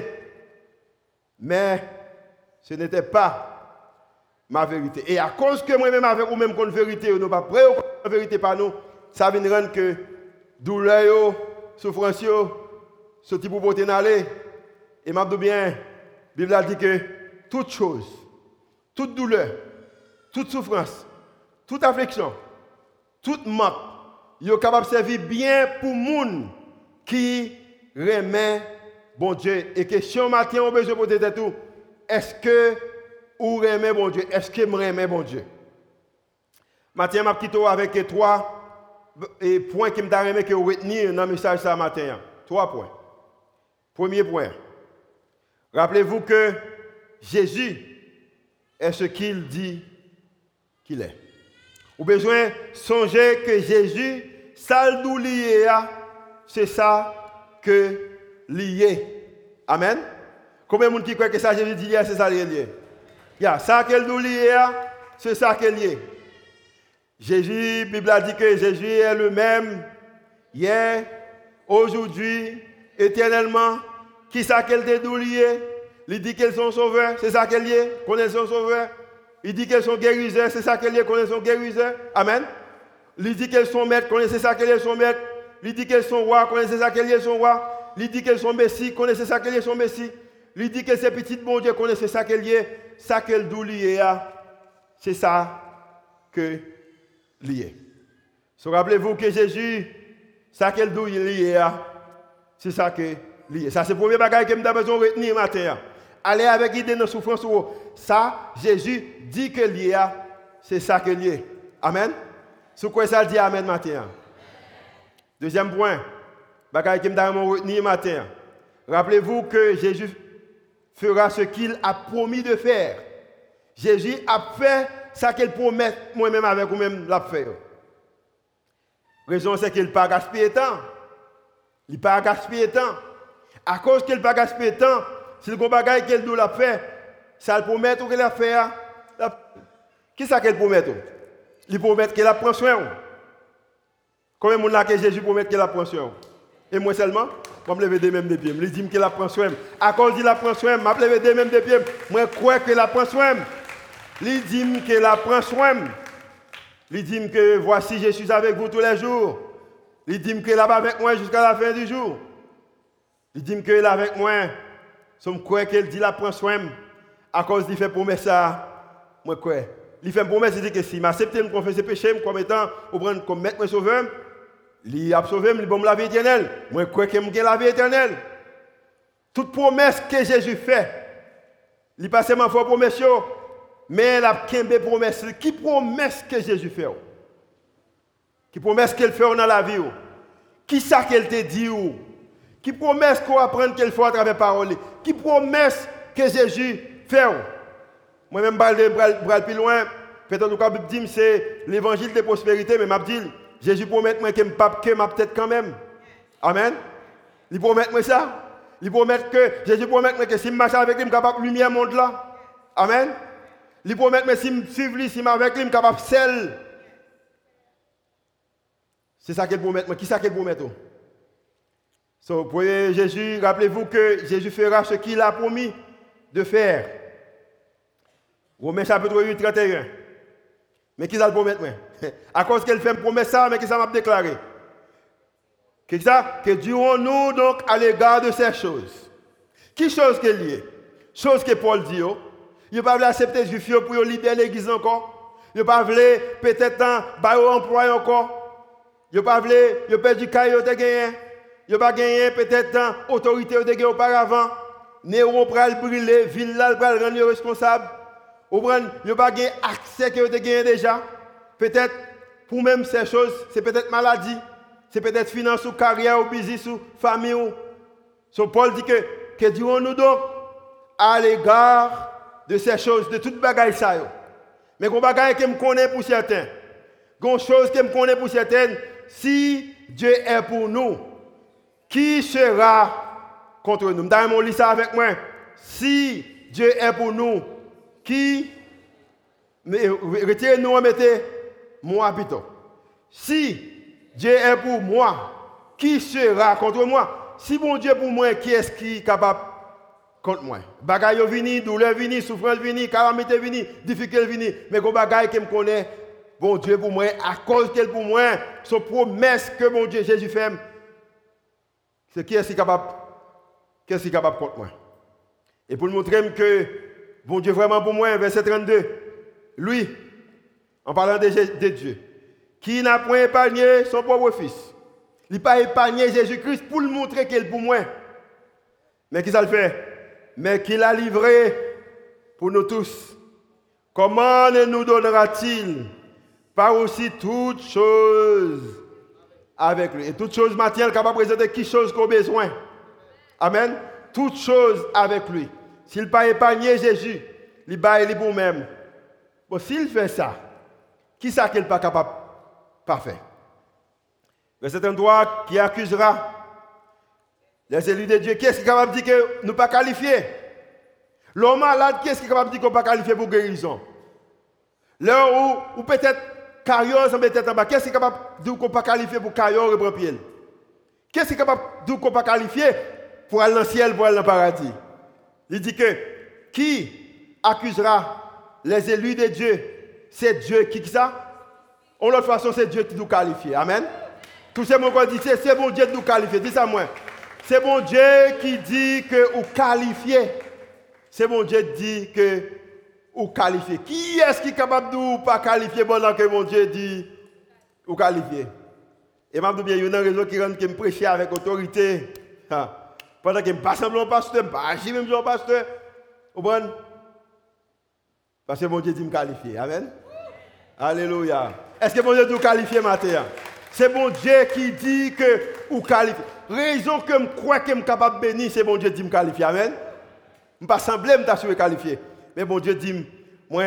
mais ce n'était pas ma vérité. Et à cause que moi-même avec vous-même qu'on vérité, nous ne sommes pas prêts à la vérité par nous, ça vient rendre que douleur, souffrance, ce type de porter d'aller. Et m'a dit bien, la Bible a dit que toute chose, toute douleur, toute souffrance, toute affliction, toute manque, il est capable de servir bien pour les gens qui remet bon Dieu. Et question matin, on a besoin de poser tout. Est-ce que vous remet bon Dieu? Est-ce que vous remet bon Dieu? Matin, je vais quitter avec trois points qui me remet que vous retenir dans le message ce matin. Trois points. Premier point. Rappelez-vous que Jésus est ce qu'il dit qu'il est. Vous avez besoin de songer que Jésus, ça le lié, c'est ça que lié. Amen. Combien de monde qui croit que ça Jésus dit c'est ça lié? Yeah, ça qu'elle nous lié, c'est ça qu'elle lié. Jésus, la Bible a dit que Jésus est le même hier, aujourd'hui, éternellement. Qui ça qu'elle t'a lié? Il dit qu'elles sont sauveurs, c'est ça qu'elle est, qu'on est son sauveur. Il dit qu'elles sont guérisseurs, c'est ça qu'elle est, qu'on est son guérisseur. Amen. Il dit qu'elles sont maîtres, qu'on est c'est ça qu'elle est son maître. Il dit qu'elles sont rois, qu'on est c'est ça qu'elle est son roi. Il dit qu'elles sont messie, qu'on est c'est ça qu'elle est son messie. Il dit que c'est petites bon Dieu, qu'on est c'est ça qu'elle est, ça qu'elle doit lier, c'est ça que lié. So, rappelez-vous que Jésus, ça qu'elle doit lier, c'est ça que lié. Ça c'est le premier bagage que nous avons besoin de retenir matin. Aller avec l'idée de souffrance. Ça, Jésus dit que lié, c'est ça que lié. Amen. Sur quoi ça dit Amen matin? Deuxième point, bagage que nous avons retenir matin. Rappelez-vous que Jésus fera ce qu'il a promis de faire. Jésus a fait ça qu'il promet moi-même avec vous-même l'a fait. La raison c'est qu'il n'a pas gaspillé de temps. Il n'a pas gaspillé de temps. À cause qu'il n'a pas gaspillé de temps, si le bagage qu'il doit faire, ça le promet ou qu'il a fait. Qui est-ce qu'il promet? Il promet qu'il a pris soin. Combien de monde là que Jésus promet qu'il a pris soin? Et moi seulement, je me lever des mêmes des pieds. Je dis qu'il a pris soin. À cause qu'il a pris soin, je me lever des mêmes des pieds. Moi, je crois qu'il a pris soin. Il dit qu'il a pris soin. Il dit que voici, je suis avec vous tous les jours. Il dit qu'il est avec moi jusqu'à la fin du jour. Il dit qu'il est avec moi. Je crois qu'il dit qu'il a pris soin. À cause qu'il fait promesse ça, moi je crois. Il fait promesse, il dit que si m'accepte de confesser péché comme étant comme maître et sauveur, il a sauvé, il bon la vie éternelle. Moi je crois que j'ai la vie éternelle. Toute promesse que Jésus fait, il passe ma foi promesse, mais la kembe promesse, qui promesse que Jésus fait? Qui promesse qu'il fait dans la vie? Qui ça qu'elle te dit? Qui promesse qu'on apprend qu'elle fait à travers la parole? Qui promesse que Jésus fait? Moi-même, je vais plus loin. Peut-être que je dis que c'est l'évangile de prospérité, mais je dis Jésus promet que je ne vais pas peut-être quand même. Amen. Il promet moi ça. Il promet que Jésus promet que si je marche avec lui, je suis capable de lumière monde là. Amen. Il promet que si je suis lui, si je suis avec lui, je suis capable de sel. C'est ça qu'il promet. Qui ça qu'il promet? So, pour Jésus, rappelez-vous que Jésus fera ce qu'il a promis de faire. Romains chapitre huit, trente et un. Mais qui ça le promet? À cause qu'elle fait une promesse, ça, mais qui ça m'a déclaré? Qu'est-ce ça? Que dirons-nous donc à l'égard de ces choses? Qui chose qu'elle y est? Chose que Paul dit. Il ne pas accepter les juifs pour libérer l'église encore. Il ne pas peut-être un emploi encore. Il ne pas il perdu du caillou de gagner. Il ne pas gagné peut-être autorité de gagner auparavant. Néron pral brûler, ville pral rendre responsable. Il n'y a pas accès que vous avez gagné déjà. Peut-être, pour même ces choses, c'est peut-être maladie, c'est peut-être finance ou carrière ou business ou famille. Ou... So Paul dit que, que dirons-nous donc à l'égard de ces choses, de toutes bagailles ça. Mais qu'on bagaille que me connaît pour certains. Gon chose que me connaît pour certaines, si Dieu est pour nous, qui sera contre nous? D'ailleurs, mon lit ça avec moi. Si Dieu est pour nous, qui retirez-nous et mettez moi plutôt. Si Dieu est pour moi, qui sera contre moi? Si bon Dieu est pour moi, qui est-ce qui est capable contre moi? Bagaille vini, douleur vini, souffrance vini, calamité vini, difficulté vini, mais qu'on bagaille qui me connaît, bon Dieu pour moi, à cause qu'elle pour moi, son promesse que bon Dieu Jésus fait, c'est qui est-ce qui est capable, qui est-ce qui est capable contre moi? Et pour montrer que bon Dieu vraiment pour moi, verset trente-deux, lui, en parlant de, de Dieu, qui n'a point épargné son propre fils. Il n'a pas épargné Jésus-Christ pour le montrer qu'il est pour moi. Mais qui ça le fait? Mais qu'il a livré pour nous tous. Comment ne nous donnera-t-il pas aussi toutes choses avec lui? Et toutes choses matérielles capables de présenter qui chose qu'on a besoin. Amen. Toutes choses avec lui. S'il n'a pas épargné Jésus, il va aller pour lui-même. Bon, s'il fait ça, qui ça qu'il n'est pas capable de faire? Verset trente-trois, qui accusera les élus de Dieu? Qui est-ce qui est capable de dire que nous ne sommes pas qualifiés? L'homme malade, qui est-ce qui est capable de dire qu'on n'est pas qualifié pour guérison? L'heure où, ou peut-être carrière semble tête en bas. Qu'est-ce qui est capable de dire qu'on pas qualifié pour carrière et prendre pied? Qu'est-ce qui est capable de dire qu'on pas qualifié pour aller dans le ciel, pour aller dans le paradis? Il dit que qui accusera les élus de Dieu? C'est Dieu qui dit ça? En l'autre façon, c'est Dieu qui nous qualifie. Amen. Tout ce monde dit, c'est bon Dieu qui nous qualifie. Dis ça moi. C'est bon Dieu qui dit que vous qualifiez. C'est bon Dieu qui dit que vous qualifiez. Qui est-ce qui est capable de ne pas qualifier pendant que mon Dieu dit vous qualifiez? Et je dis bien, il y a une raison qui rend que je prêche avec autorité. Pendant que je ne passe pas un pasteur, je ne passe pas un pasteur. Vous comprenez? Parce que mon Dieu dit me qualifier. Amen. Alléluia. Est-ce que mon Dieu dit vous qualifier matin? C'est mon Dieu qui dit que vous qualifiez. Raison que je crois que je suis capable de bénir, c'est mon Dieu qui dit me qualifier. Amen. Je ne pas sembler me qualifier. Mais mon Dieu dit moi,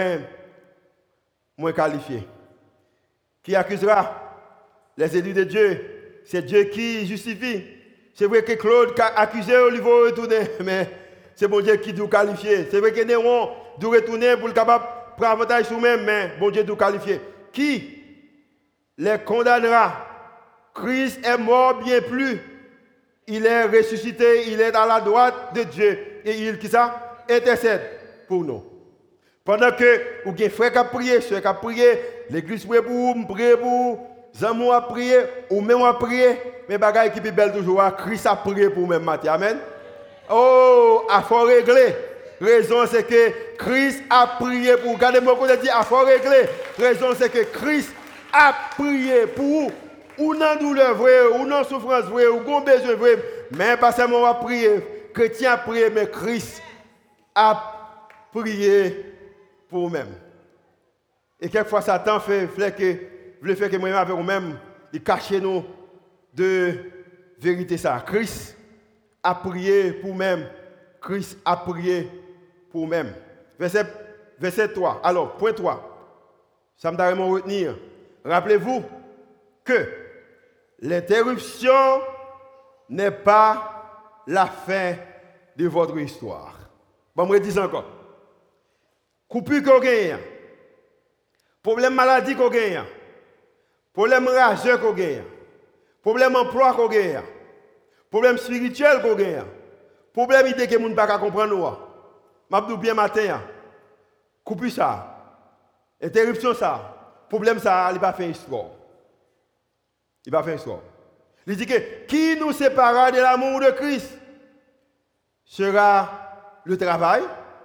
moi qualifié. Qui accusera les élus de Dieu? C'est Dieu qui justifie. C'est vrai que Claude a accusé Olivier de retourner, mais c'est mon Dieu qui doit qualifier. C'est vrai que Néron doit retourner pour le capable prendre avantage sur lui-même, mais mon Dieu doit qualifier. Qui les condamnera? Christ est mort bien plus. Il est ressuscité, il est à la droite de Dieu. Et il, qui ça? Intercède pour nous. Pendant que vous avez frère qui a prié, soeur qui a prié, l'église prie pour vous, prie pour vous, les amis a prié, ou même a prié, mais bagaille qui est belle toujours, Christ a prié pour vous même matin. Amen. Oh, il faut régler. Raison c'est que Christ a prié pour vous. Regardez-moi quand je dis il faut régler. Raison c'est que Christ a prié pour vous. Ou dans douleur vrai, ou dans souffrance vrai, ou dans besoin vrai. Mais pas seulement a prié, chrétien a prié, mais Christ a prié pour vous-même. Et quelquefois Satan fait, fait que, veut faire que moi-même avec vous-même, il cache nous de vérité ça. Christ a prié pour vous-même. Christ a prié pour vous-même. Verset, verset trois. Alors, point trois. Ça me doit vraiment retenir. Rappelez-vous que l'interruption n'est pas la fin de votre histoire. Bon, je me dis encore. Coupure qu'on gagne, problème maladie qu'on gagne, problème rageux qu'on gagne, problème emploi qu'on gagne, problème spirituel qu'on gagne, problème idée que les gens ne peuvent pas comprendre. Je dis bien matin, coupure ça, interruption ça, problème ça, il va faire histoire. Il va faire histoire. Il dit que qui nous séparera de l'amour de Christ sera le travail,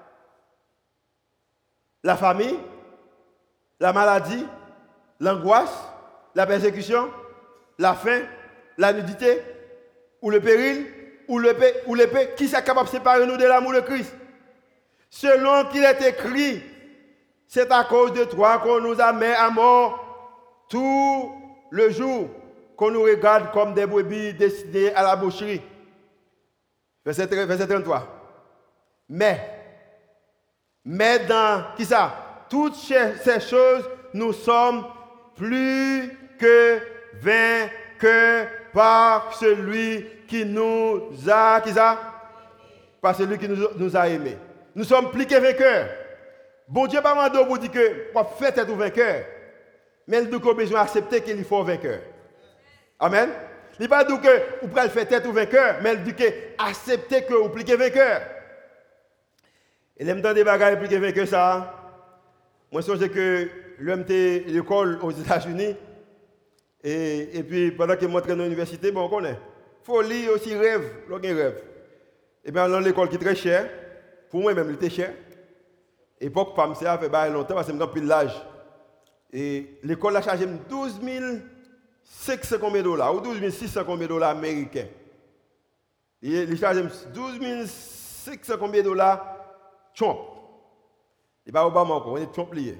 la famille, la maladie, l'angoisse, la persécution, la faim, la nudité, ou le péril, ou l'épée, ou l'épée. Qui est capable de séparer nous de l'amour de Christ? Selon qu'il est écrit, c'est à cause de toi qu'on nous a mis à mort tout le jour, qu'on nous regarde comme des brebis destinées à la boucherie. Verset, verset trente-trois. Mais, mais dans, qui ça? Toutes ces choses, nous sommes plus que vainqueurs par celui qui nous a, qui ça? Par celui qui nous, nous a aimés. Nous sommes plus que vainqueurs. Bon Dieu, pas mandé pour dire que vous faites être vainqueur, mais il nous a besoin d'accepter qu'il faut vainqueur. Amen. Il ne dit pas que vous pouvez faire tête ou vainqueur, mais il dit que acceptez que vous pliquez vainqueur. Et l'aime dans des bagages plus que vainqueur ça. Moi je pense que l'homme était à l'école aux États-Unis et, et puis pendant qu'il montre dans l'université, bon on connaît. Il faut lire aussi rêve, l'on rêve. Et bien dans l'école qui est très chère, pour moi même il était cher. Époque pas ça fait pas longtemps parce que j'ai pile l'âge. Et l'école a chargé douze mille cinq cents combien de dollars ou douze mille six cents combien de dollars américains. Il charge douze mille cinq cents combien de dollars Trump. Il va Obama encore, on est Trump lié.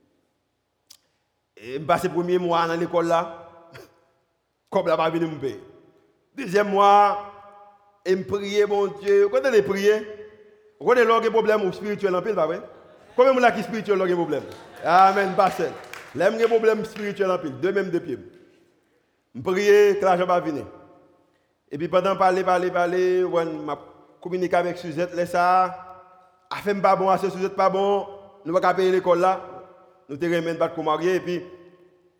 Et je passe le premier mois dans l'école là, comme là, je vais me payer. Deuxième mois, je me prie, mon Dieu. Quand on est prié, vous avez des problèmes spirituels en pile, pas vrai? Combien de gens qui spirituel ont des problèmes? Amen, Basel. Là, j'ai des problèmes spirituels en pile, deux mêmes de pieds. Je prie que l'argent va venir. Et puis pendant parler, parler, parler, je communique avec Suzette, laisse ça. Afin pas bon, assez Suzette pas bon, nous va pas payer l'école là. Nous te remène pas de marier et puis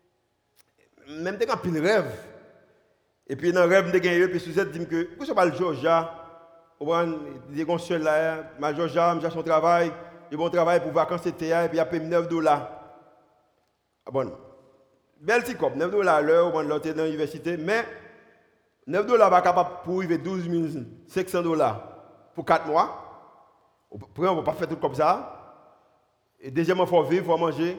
même des pile rêve. Et puis dans le rêve, je gagne, puis Suzette dit que, pourquoi je parle de Georgia? On va dire qu'on seul là, ma Georgia, je cherche un travail, j'ai bon travail pour vacances c'était et puis il y a payé neuf dollars. Ah bon, belle petit cop, neuf dollars à l'heure, on va l'autre dans l'université, mais neuf dollars pas capable pour arriver douze mille cinq cents dollars pour quatre mois. Après, on ne va pas faire tout comme ça. Et deuxièmement, il faut vivre, il faut manger.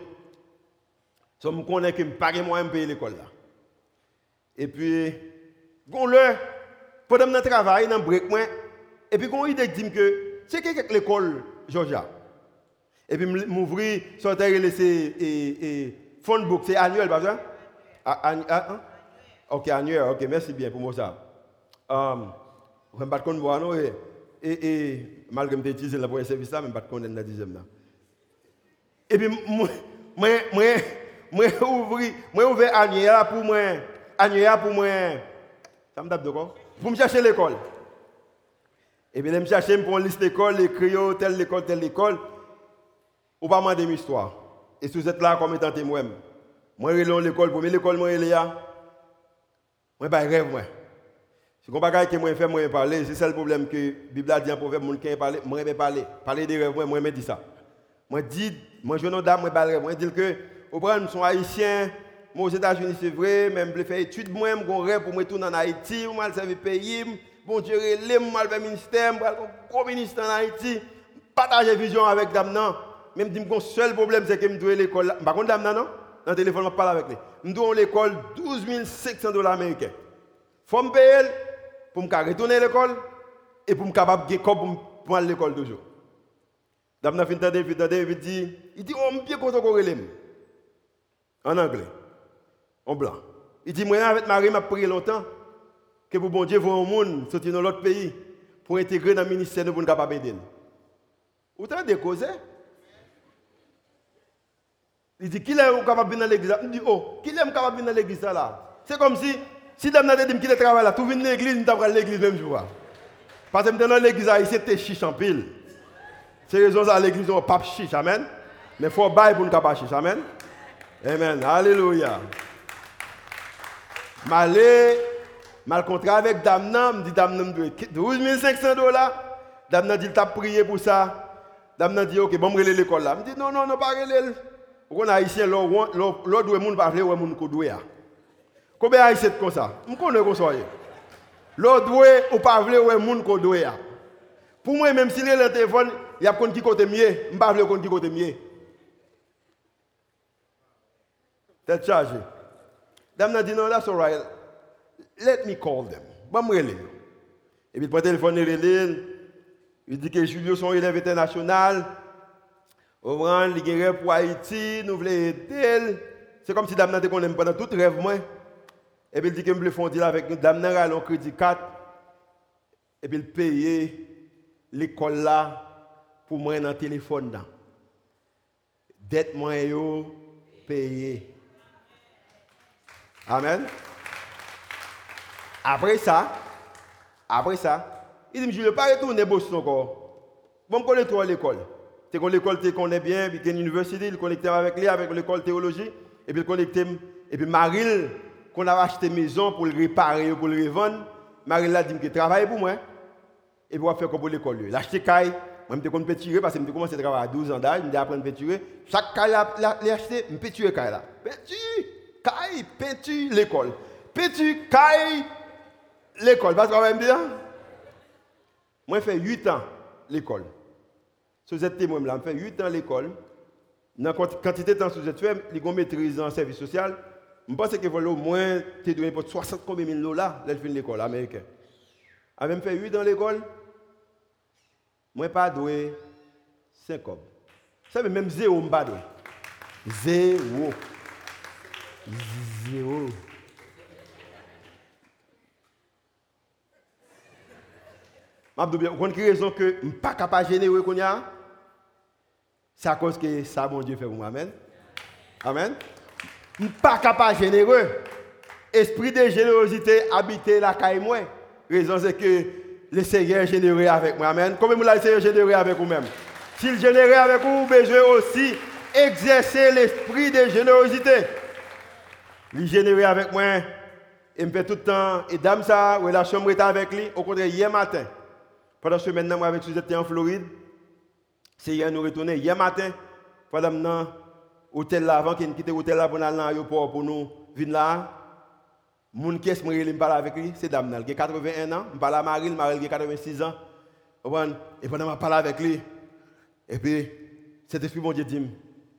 Ça me connaît que je ne peux pas payer l'école là. Et puis, bon le, pendant que je travaille, dans le break, et puis, quand il dit que c'est quelque l'école, Georgia. Et puis, m'ouvrir, sortir les phone book, c'est annuel, pas ça? Annuel? Ok, annuel, ok, merci bien pour moi ça. Um, je ne sais pas de moi, non? Et, et, et malgré que j'ai utilisé le premier service là, je ne sais pas de la deuxième là. Et puis, moi, moi, moi, moi, ouvrir, moi, ouvrir annuel pour moi, annuel pour moi, ça me tape de quoi? Pour me chercher l'école. Et puis, je me chercher pour une liste d'école, écrit telle école, telle école. Ou pas demander une histoire. Et si vous êtes là comme étant témoin, moi, je suis l'école, pour l'école, moi, je suis là. Moi, je rêve, moi. Si vous ne que moi, je fais, moi, je parler. C'est ça le problème que la Bible a dit en proverbe, moi, je parle, moi, je parler. Parler des rêves, moi, moi, je dis ça. Moi, je dis, moi, je suis un dame, moi, je parle. Moi, je dis que, au bras, nous sommes haïtiens. Moi, aux États-Unis, c'est vrai. Même, je fais études, moi, je rêve pour me retourner en Haïti, je vais servir le pays. Bon Dieu, je vais faire le ministère, je vais faire un gros ministre en Haïti. Partager vision avec dame, non. Même si mon seul problème, c'est que je dois l'école. Par contre, dame, non, non. Dans le téléphone, je parle avec lui. Je dois l'école douze mille cinq cents dollars américains. Il faut me payer pour me retourner à l'école et pour me capable de pour aller à l'école toujours. Dame, il dit, il dit, oh, je suis bien content qu'on relève. En anglais. En blanc. Il dit, moi, avec Marie, je prié longtemps que pour bon Dieu, voir un monde sortir dans l'autre pays pour intégrer dans le ministère pour nous capable d'aider. Vous avez causé? Il dit, qui est capable de venir dans l'église? Il dit, oh, qui est capable de venir dans l'église là? C'est comme si, si dame n'a dit qu'il travaille là, tout vient dans l'église, nous avons l'église même jour. Parce que dans l'église, c'était chiche en pile. C'est raison ça l'église, on pas chiche, amen. Mais il faut bailler pour nous capable chiche, amen. Amen, alléluia. Malé, mal contrat avec dame nam, dit dame nam douze mille cinq cents dollars. Dame nam dit t'a prié pour ça. Dame nam dit OK, bon me relève l'école là. Me dit non non non pas relève. On haïtien l'autre l'autre doit monde pas vle ouais monde ko doué a. Combien haïtien comme ça? On connaît comme ça. L'autre doué ou pas vle ouais monde ko doué a. Pour moi même si le téléphone, il y a kon qui côté mieux, on pas vle kon qui côté mieux. Tête chargée. Dame n'a dit non, that's all right. Let me call them. Bon, me relève. Et puis, il prend le téléphone, il relève. Il dit que Julio son élève international. Au grand, il est pour Haïti, nous voulons aider. C'est comme si Dame n'a dit qu'on aime pendant tout rêve, moi. Et puis, il dit qu'il me font dire avec nous. Dame n'a un crédit quatre. Et puis, il paye l'école là pour moi dans le téléphone. Dette moi, yo, payer. Amen. Après ça, après ça, il dit, je ne vais pas retourner à Boston encore. Bon, je connais toi à l'école. C'est que l'école te connaît bien, puis il y a une université, il connecte avec lui, avec l'école théologie, et puis il connecte, et puis Maril, qu'on a acheté maison pour le réparer, pour le revendre, Maril a dit qu'il travaille pour moi, et puis il va faire comme pour l'école. Il a acheté caille, moi je peux tirer, parce que je commence à travailler à douze ans d'âge, je me dis apprendre à tirer. Chaque caille, il a acheté, je peux tirer caille là. Peinture, caille, peinture, l'école. Peinture, caille, l'école. Parce qu'on va me dire, moi, j'ai fait huit ans l'école. Si vous êtes témoin, j'ai fait huit ans l'école. Dans la quantité de temps que vous êtes fait, les gens maîtrisent en service social. Je pense qu'il faut au moins te donner pour soixante mille dollars là, fin de l'école américaine. J'ai même fait huit ans l'école. Moi, pas doué cinq ans. Ça veut même zéro, je pas doué. Zéro. Zéro. Vous avez raison que je ne suis pas capable de générer, c'est à cause que ça, mon Dieu, fait pour moi. Amen. Amen. Je ne suis pas capable de générer. Esprit de générosité habite la caille moi. La raison, c'est que le Seigneur est généreux avec moi. Amen. Comment le Seigneur est généreux avec vous-même? S'il est généreux avec vous, vous besoin aussi exercer l'esprit de générosité. Il généré avec moi, et me fait tout le temps, et dame ça, la chambre était avec lui, au contraire, hier matin, pendant que maintenant, moi avec Suzette en Floride, c'est hier nous retourner, hier matin, pendant que l'hôtel là, avant qu'il quitte l'hôtel là pour aller dans l'aéroport pour nous venir là, mon qui est me me parle avec lui, c'est dame il a quatre-vingt-un ans, me parle à Marie, Marie a quatre-vingt-six ans. Et pendant que je parle avec lui, et puis cet esprit bon Dieu dit,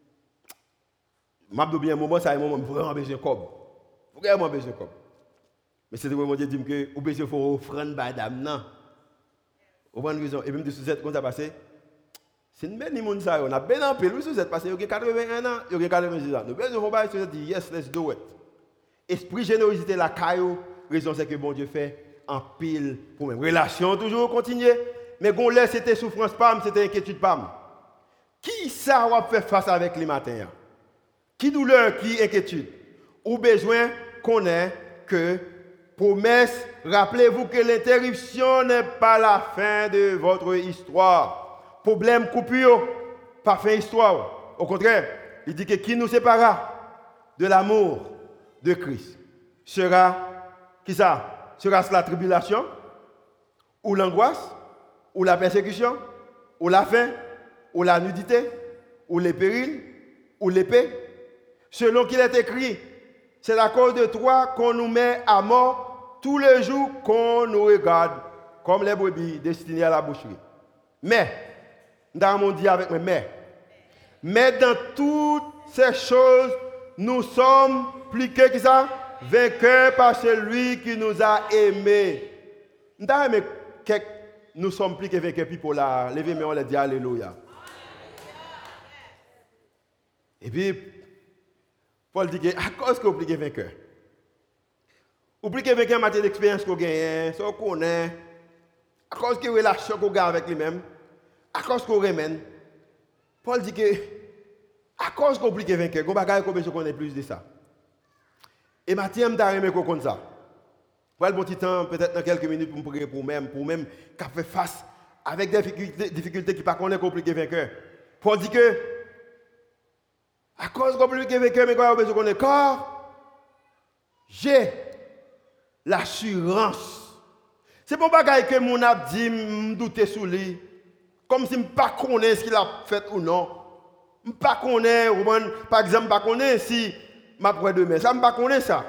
je bien un moment, ça a un moment, vraiment besoin de cob. Vraiment besoin de cob. Mais c'est bon Dieu dit que vous besoin de faire offrande par dame non. Vous avez raison. Et même de Suzette, quand ça passe, c'est une belle monde ça. On a bien en pile, oui Suzette, parce qu'il y a quatre-vingt-un ans, il y a quatre-vingt-six ans. Nous besoin de faire Suzette dit, yes, let's do it. Esprit générosité, la caillou, raison c'est que bon Dieu fait en pile pour même. Relation toujours continuer, mais qu'on laisse c'était souffrance pas, c'était inquiétude pas. Qui ça va faire face avec les matins? Qui douleur, qui inquiétude? Ou besoin qu'on ait que promesse, rappelez-vous que l'interruption n'est pas la fin de votre histoire. Problème coupure, pas fin histoire. Au contraire, il dit que qui nous séparera de l'amour de Christ sera, qui ça? Sera-ce la tribulation, ou l'angoisse, ou la persécution, ou la faim, ou la nudité, ou les périls, ou l'épée? Selon qu'il est écrit, c'est à cause de toi qu'on nous met à mort tous les jours qu'on nous regarde comme les brebis destinées à la boucherie. Mais, dans mon dit avec moi, mais, mais dans toutes ces choses, nous sommes plus que qui ça? Vainqueurs par celui qui nous a aimés. Nous sommes plus que vainqueurs, puis pour la lever, mais on les dit Alléluia. Et puis, Paul dit que à cause qu'on est vainqueur, ou plus que vainqueur en matière d'expérience qu'on gagne, ça qu'on connaît, à cause que relation qu'on gagne avec lui-même, à cause qu'on remène, Paul dit que à cause qu'on est plus que vainqueur, qu'on va qu'on besoin qu'on ait plus de ça. Et Mathieu m'a aimé qu'on comme ça. Pour le bon petit temps, peut-être dans quelques minutes pour me prier pour même, pour même qu'à faire face avec des difficultés, difficultés qui ne sont pas compliquées vainqueur. Paul dit que à cause qu'on est plus que vainqueur, mais qu'on a besoin qu'on est corps, j'ai l'assurance. C'est pour bagaille que mon a dit, me douter sous lui, comme si je ne pas connais ce qu'il a fait ou non. Je ne pas connais, par exemple, je ne pas connais si ma près demain. Ça, je ne pas connais ça.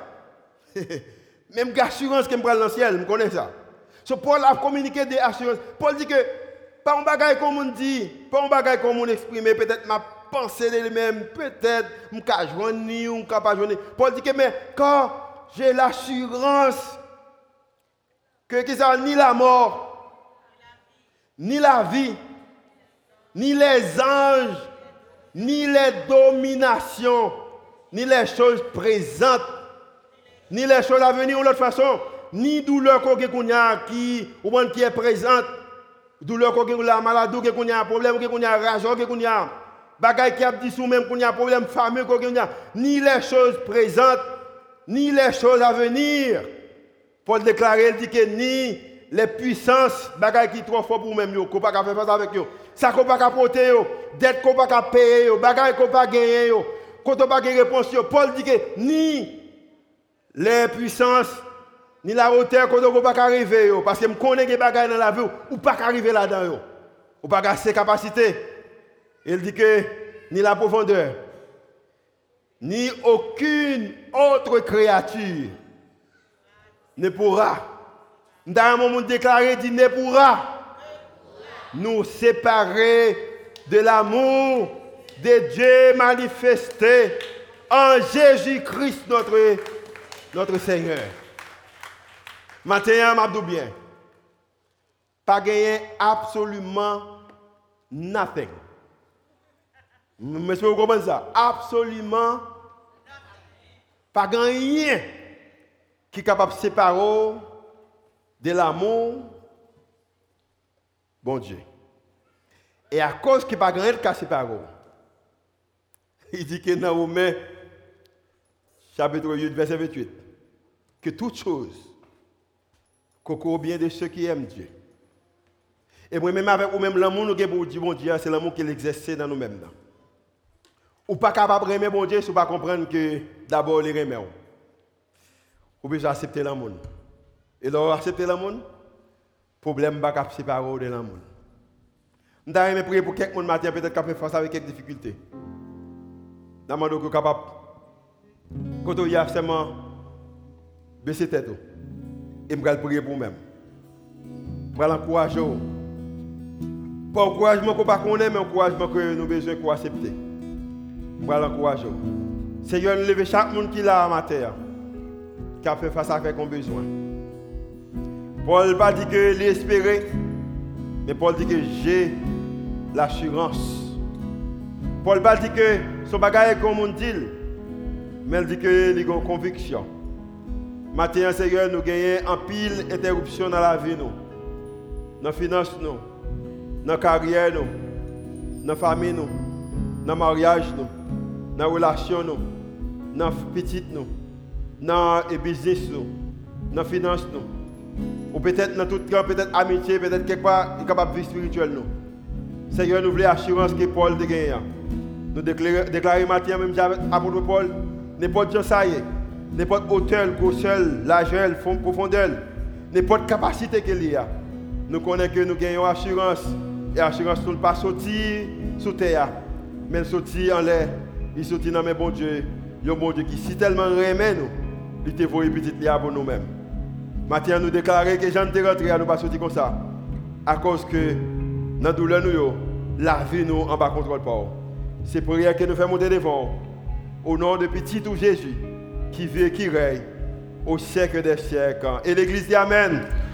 Même l'assurance que je prends dans le ciel, je connais ça. So, Paul a communiqué des assurances. Paul dit que, pas un bagaille comme on dit, pas un bagaille comme on exprime, peut-être ma pensée de lui-même, peut-être, je ne peux joindre ou je ne pas joindre. Paul dit que, mais quand j'ai l'assurance que, que ça, ni la mort, ni la vie, ni les anges, ni les dominations, ni les choses présentes, ni les choses à venir de l'autre façon, ni douleur qu'on a qui, qui est présente, douleur qu'on a la maladie, qu'on a un problème, qu'on a rage, qu'on a bagaille qui a dit sous même qu'on a un problème fameux, qu'on a, ni les choses présentes, ni les choses à venir. Paul déclare, il dit que ni les puissances, bagaille qui trop fort pour même, qu'on pas faire face avec eux. Ça qu'on pas porter, dette qu'on pas payer, bagaille qu'on pas gagner, quand on pas gagner réponse, Paul dit que ni les puissances, ni la hauteur qu'on ne peut pas arriver, parce que je connais des bagages dans la vie, ou pas arriver là-dedans, ou pas avoir ces capacités. Il dit que ni la profondeur, ni aucune autre créature ne pourra, dans un moment déclaré, dit ne pourra nous séparer de l'amour de Dieu manifesté en Jésus-Christ notre, notre Seigneur. Maintenant, je dis bien, pas gagner absolument nothing. Monsieur, vous comprenez ça? Absolument pas gagner rien qui est capable de séparer de l'amour, bon Dieu. Et à cause qu'il n'y a pas gagner qui séparer, il dit que dans Romains, chapitre huit, verset vingt-huit, que toute chose concourt bien de ceux qui aiment Dieu. Et moi-même, avec vous-même, l'amour nous avons dit, bon Dieu, c'est l'amour qu'il exerce dans nous-mêmes. Ou pas capable d'aimer bon Dieu, si vous ne comprenez pas que d'abord les remet. Ou besoin accepter le monde. Et là, accepter le monde, problème pas cap séparer de le monde. Nous avons prier pour quelques monde matin peut-être qui fait face avec quelques difficultés. Nous demandons capable quand il y a seulement baisser tête et me prier pour moi-même. Je vais l'encourager. Pas encouragement qu'on pas connaît mais encouragement que nous besoin pour accepter. Je vais l'encourager. Seigneur, nous levons chaque monde qui est là à ma terre, qui a fait face avec un besoin. Paul pas dit que l'espérer, mais Paul dit que j'ai l'assurance. Paul pas dit que son bagage comme on dit, mais il dit que il a une conviction. Maintenant, Seigneur, nous gagnons en pile interruption dans la vie, nous, dans la finance, nous, dans la carrière, nous, dans la famille, nous, dans le mariage, nous, dans la relation, nous, dans la petite, nous, dans le business, nous, dans la finance, nous. Ou peut-être dans tout cas, peut-être amitié, peut-être quelque part, il est capable de vie spirituelle. Nous. Seigneur, nous voulons l'assurance que Paul a gagné. Nous déclarons maintenant, même avec l'apôtre Paul, n'importe qui ça y est, n'importe hauteur, grosseur, largeur, profondeur, n'importe capacité qu'il y a. Nous connaissons que nous gagnons assurance. Et l'assurance ne pas sortir sous terre, mais sortir en l'air. Il sortit dans mes bons dieux. Il y a un bon Dieu qui, si tellement remet nous, il te voit petit pour nous-mêmes. Maintenant, nous déclarons que Jean ne rentré à nous pas sortir comme ça. À cause que, dans la douleur, nous, la vie nous en bas contrôle pas. C'est pour rien que nous faisons monter devant. Au nom de petit tout Jésus, qui vit et qui règne au siècle des siècles. Et l'Église dit Amen.